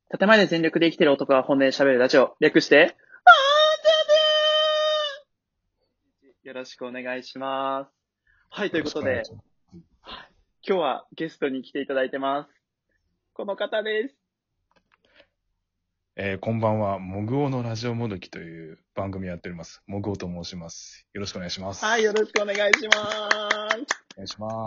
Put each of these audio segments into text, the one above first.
建前で全力で生きてる男が本音で喋るラジオ。略して、よろしくお願いします。はい、ということで、今日はゲストに来ていただいてます。この方です。 こんばんは。モグオのラジオもどきという番組やっております。モグオと申します。よろしくお願いします。 はい、よろしくお願いします。 お願いします。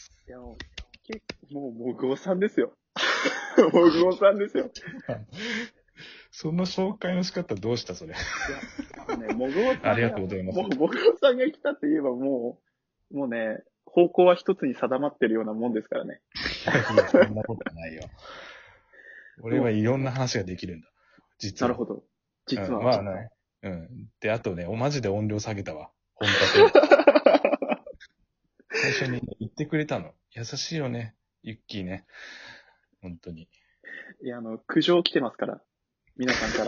いや、もう、モグオさんですよ。モグオさんですよ。 その紹介の仕方どうしたそれ。 いや、モグオさんが、 ありがとうございます。 もうモグオさんが来たって言えばもうね、方向は一つに定まってるようなもんですからね。 いや、そんなことないよ。俺はいろんな話ができるんだ。実は。 なるほど。実は。 まあね。うん。で、あとね、マジで音量下げたわ。本当に。最初に言ってくれたの。優しいよね。ユッキーね。本当に。 いや、苦情来てますから。皆さんから。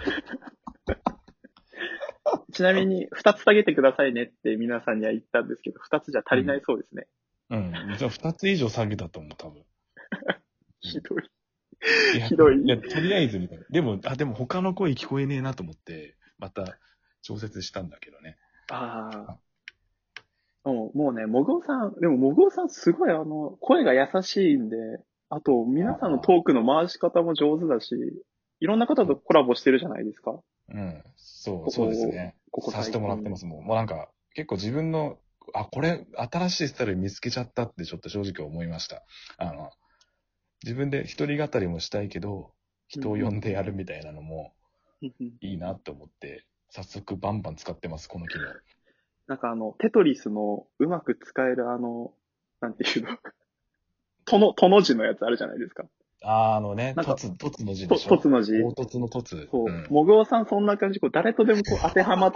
ちなみに、2つ下げてくださいねって皆さんには言ったんですけど、2つじゃ足りないそうですね。 うん。じゃあ2つ以上下げたと思う、多分。 ひどい。 ひどい。いや、とりあえずみたいな。でも他の声聞こえねえなと思って、また調節したんだけどね。 ああ。もうね、もぐおさん、でももぐおさんすごい声が優しいんで、あと皆さんのトークの回し方も上手だし、いろんな方とコラボしてるじゃないですか。 うん。そうですね。させてもらってますもん。もうなんか、結構自分の、これ、新しいスタイル見つけちゃったってちょっと正直思いました。自分で一人語りもしたいけど、人を呼んでやるみたいなのもいいなって思って、早速バンバン使ってます、この機能。 なんかテトリスのうまく使えるなんていうのとの字のやつあるじゃないですか。 凸の字でしょ。 凸の字。 凹凸の凸。 そう。もぐおさんそんな感じ、誰とでも当てはまって、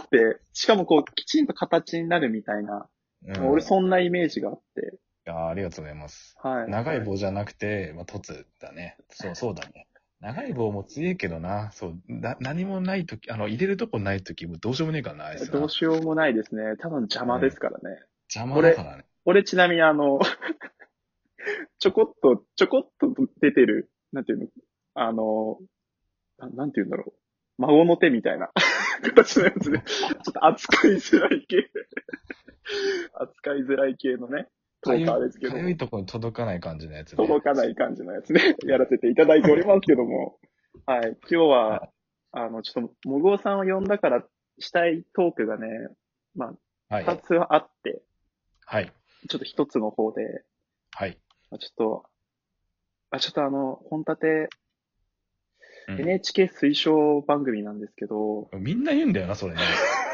しかもきちんと形になるみたいな。俺そんなイメージがあって。 ありがとうございます。 はい。 長い棒じゃなくて、凸だね。そうだね。長い棒も強いけどな。何もないとき、入れるとこないとき、もうどうしようもねえからな、あいつな。 どうしようもないですね。多分邪魔ですからね。 邪魔だからね。 俺ちなみにちょこっと出てる、なんていうの、なんていうんだろう。孫の手みたいな形のやつで、ちょっと扱いづらい系のね、トーカーですけど。 かゆいところに届かない感じのやつね。 届かない感じのやつね、やらせていただいておりますけども。はい。今日は、ちょっと、もぐおさんを呼んだからしたいトークがね、まあ、二つあって、 はい。 ちょっと一つの方で、 はい。 ちょっと本立て、NHK 推奨番組なんですけど、 みんな言うんだよな、それね。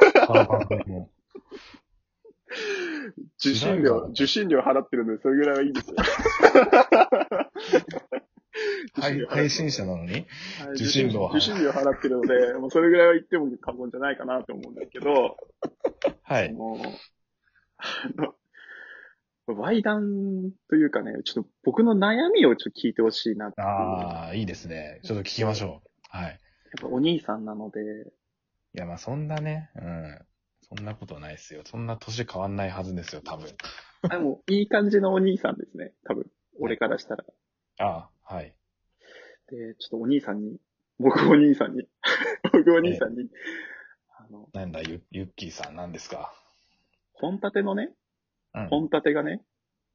受信料払ってるんで、それぐらいはいいですよ。 配信者なのに受信料払ってるので、もうそれぐらいは言っても過言じゃないかなと思うんですけど、 はい。 歪談というかね、ちょっと僕の悩みをちょっと聞いてほしいなっていう。 ああ、いいですね。ちょっと聞きましょう。はい。やっぱお兄さんなので。 いや、まあそんなね、そんなことないですよ。そんな年変わんないはずですよ、多分。 でも、いい感じのお兄さんですね。多分、俺からしたら。 はい。 で、ちょっと僕お兄さんに、 なんだ、ユッキーさん、なんですか。 本立てのね、本立てがね、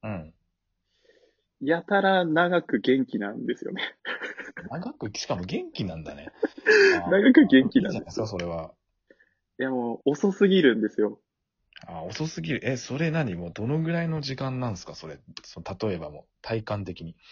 やたら長く元気なんですよね。 しかも元気なんだね。 長く元気なんですよ。 それは。 いやもう、遅すぎるんですよ。 遅すぎる。それもうどのぐらいの時間なんですか、それ。例えばもう、体感的に。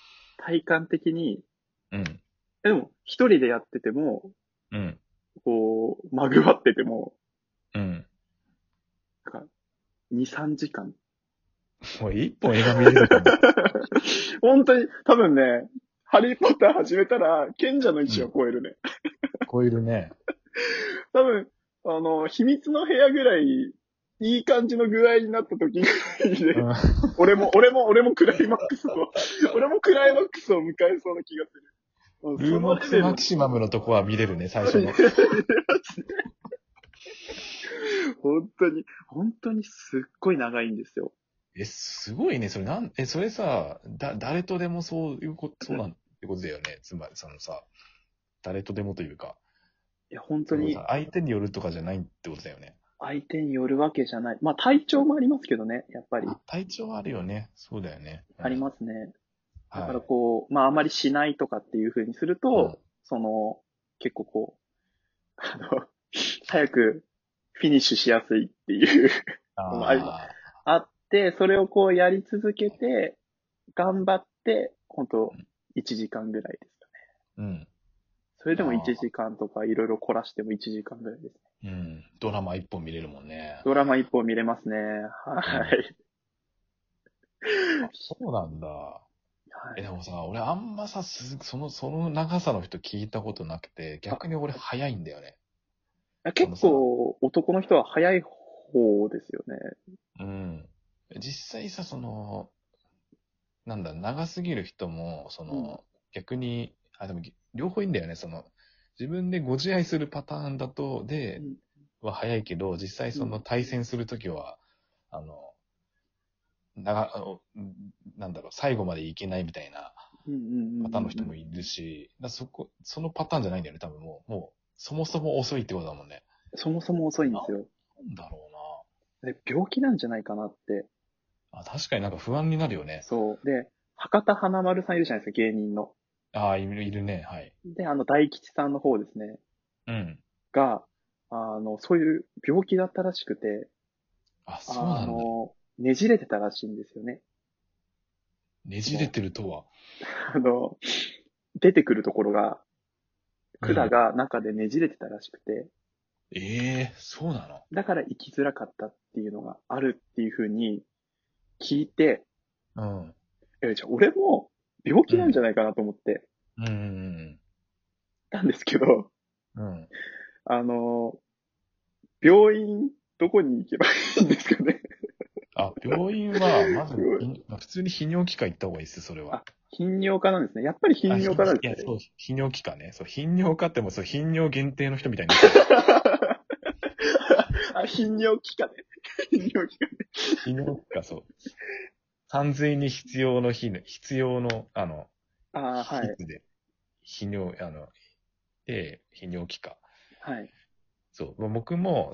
でも、一人でやってても、まぐわってても、なんか、2、3時間。 もう一本映画見れるかも。 本当に、多分ね、ハリーポッター始めたら、賢者の石を超えるね。 超えるね。 多分、秘密の部屋ぐらい、いい感じの具合になった時ぐらいで、俺もクライマックスを迎えそうな気がする。 ルーモックスマキシマムのとこは見れるね、最初の。 本当にすっごい長いんですよ。 すごいね。それさ、誰とでもそういうこと、そうなんてことだよね。つまり、そのさ、誰とでもというか、 いや、本当に相手によるとかじゃないってことだよね。 相手によるわけじゃない。まあ体調もありますけどね、やっぱり。 体調はあるよね。そうだよね。 ありますね。だからはい。 まああまりしないとかっていう風にすると、結構あの、早くフィニッシュしやすいっていうのもああって、それをやり続けて、頑張って、本当1時間ぐらいですかね。 うん。 それでも1時間とかいろいろ凝らしても1時間ぐらいですね。 うん。ドラマ一本見れるもんね。 ドラマ1本見れますね。はい。 あ、そうなんだ。 はでもさ、俺あんまさ、その長さの人聞いたことなくて、逆に俺早いんだよね。 結構男の人は早い方ですよね。 うん。実際さ、なんだ、長すぎる人も、逆に、でも、両方いいんだよね。自分でご自愛するパターンだと、は早いけど、実際対戦するときは、あの、あの、なんだろう、最後までいけないみたいなパターンの人もいるし、そのパターンじゃないんだよね、多分もう、そもそも遅いってことだもんね。 そもそも遅いんですよ。 なんだろ病気なんじゃないかなって。 うな。確かになんか不安になるよね。 そう。で、博多華丸さんいるじゃないですか、芸人の。 いるね、はい。 で、大吉さんの方ですね。 うん。 が、そういう病気だったらしくて、 そうなんだ。 ねじれてたらしいんですよね。 ねじれてるとは。 あの、出てくるところが、管が中でねじれてたらしくて、 そうなの？ だから生きづらかったっていうのがあるっていうふうに聞いて、 うん。 じゃあ俺も病気なんじゃないかなと思ってうん。 たんですけど、 うん。 あの、病院どこに行けばいいんですかね。 病院は、まず、普通に泌尿器科行った方がいいです、それは。 頻尿科なんですね。やっぱり頻尿科なんですね。 そう、泌尿器科ね。そう、頻尿科ってもう、頻尿限定の人みたいになってる。 頻尿器科ね。頻尿器科ね。 泌尿器科、そう。産髄に必要の、 はい。 で、泌尿、泌尿器科。 はい。 そう。僕も、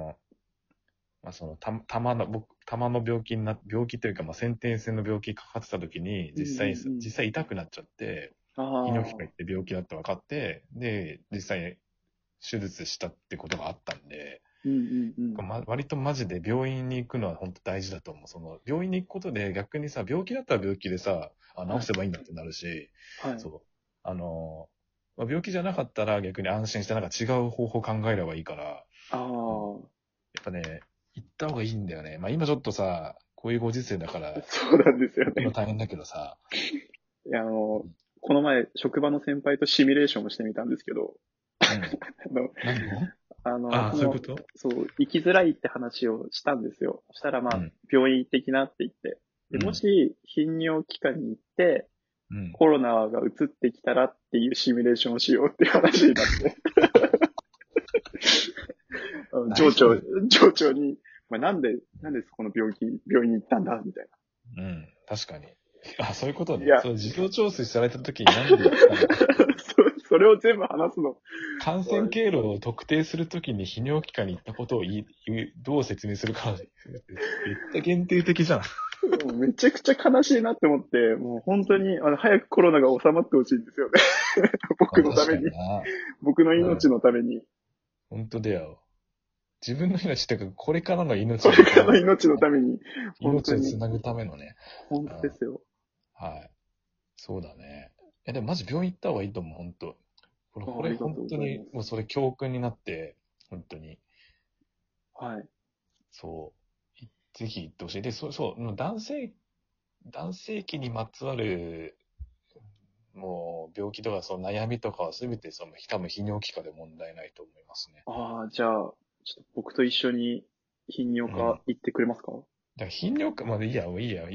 玉の病気というか、先天性の病気かかってた時に、実際痛くなっちゃって、泌尿器科行って病気だって分かって、で、実際手術したってことがあったんで、割とマジで病院に行くのは本当大事だと思う。病院に行くことで逆にさ、病気だったら病気でさ、治せばいいんだってなるし、そう。病気じゃなかったら逆に安心してなんか違う方法考えればいいから、やっぱね、行った方がいいんだよね。今ちょっとさ、こういうご時世だから、 そうなんですよね。 今大変だけどさ。 いや、この前、職場の先輩とシミュレーションをしてみたんですけど、 そういうこと？ そう、生きづらいって話をしたんですよ。そしたら病院行ってきなって言って。で、もし、頻尿器科に行って、コロナが移ってきたらっていうシミュレーションをしようっていう話になって。上長に、なんでそこの病院に行ったんだみたいな。確かに。そういうことね。 いや、 事情聴取された時になんでそれを全部話すの。 感染経路を特定するときに泌尿器科に行ったことをどう説明するか、めっちゃ限定的じゃん。 めちゃくちゃ悲しいなって思って、もう本当に、早くコロナが収まってほしいんですよね。僕のために。僕の命のために。 本当だよ。自分の命っていうか、これからの命のために。 命をつなぐためのね。 本当ですよ。 はい。そうだね。でもマジ病院行った方がいいと思う、本当。これ本当に、もうそれ教訓になって、本当に。 はい。 そう。ぜひ行ってほしい。で、男性器にまつわる、もう、病気とか、悩みとかは全て、多分、泌尿器科で問題ないと思いますね。 じゃあ、ちょっと僕と一緒に頻尿科行ってくれますか？ だから頻尿科までいいや、いいや。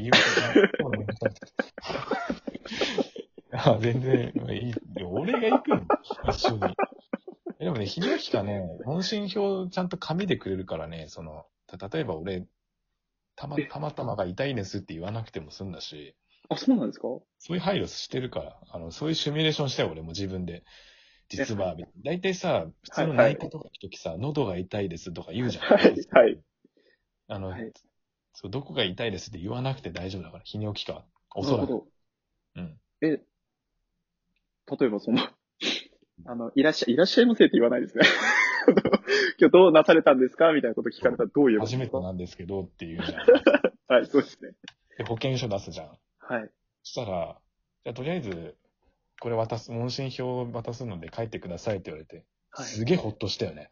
全然いい。俺が行くの一緒に。でもね、泌尿器科ね、問診票ちゃんと紙でくれるからね、例えば俺、たまたまが痛いですって言わなくても済んだし。 あ、そうなんですか？ そういう配慮してるから、そういうシミュレーションしたよ、俺も自分で。実は、大体さ、普通はい、 のはい。 内科とか行くときさ、喉が痛いですとか言うじゃん。 はい、はい。 あの、 はい。 そう、どこが痛いですって言わなくて大丈夫だから、泌尿器科は。おそらく。 なるほど。 うん。 え、例えばいらっしゃいませって言わないですね。今日どうなされたんですかみたいなこと聞かれたらどう言えばいいんですか？ 初めてなんですけどって言うじゃん、まず。 はい、そうですね。 で、保険証出すじゃん。 はい。 そしたら、じゃあとりあえず、これ問診票を渡すので帰ってくださいって言われて、 はい。 すげえほっとしたよね。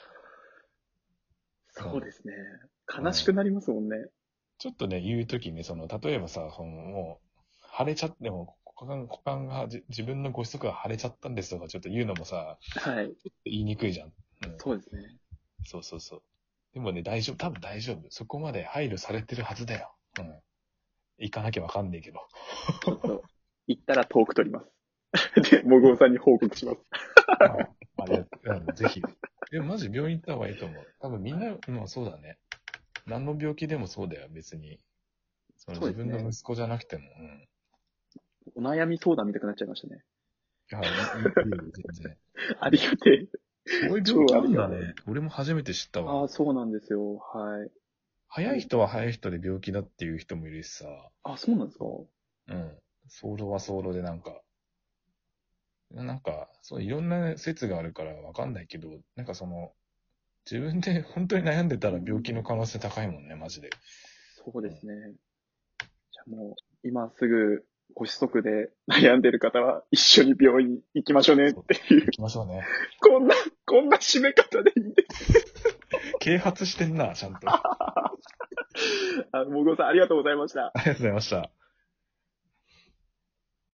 うん。 そうですね。悲しくうん。 なりますもんね。 ちょっとね、言うときに、例えばさ、もう、腫れちゃって、もう股間が自分のご子息が腫れちゃったんですとかちょっと言うのもさ、 はい。 ちょっと言いにくいじゃん。うん。 そうですね。 そうそうそう。でもね、大丈夫。多分大丈夫。そこまで配慮されてるはずだよ。うん。行かなきゃわかんねえけど。 ちょっと、行ったらトーク取ります。で、もぐおさんに報告します。 まあ、ぜひ。でもマジ病院行った方がいいと思う。多分みんな、まあそうだね。何の病気でもそうだよ、別に。自分のそうですね。 息子じゃなくても。うん。 お悩み相談見たくなっちゃいましたね。 いや、いいよ、全然。 ありがてえ。 こういう超病気あありがたい。 るんだね。俺も初めて知ったわ。 ああ、そうなんですよ。はい。 早い人は早い人で病気だっていう人もいるしさ。 あ、そうなんですか？ うん。早漏は早漏でそういろんな説があるからわかんないけど、自分で本当に悩んでたら病気の可能性高いもんね、マジで。 そううん。 ですね。じゃあもう、今すぐご子息で悩んでる方は一緒に病院行きましょうねっそう。 ていう、 行きましょうね。 こんな、こんな締め方でいいんです。 啓発してんな、ちゃんと。 もぐおさんありがとうございました。 ありがとうございました。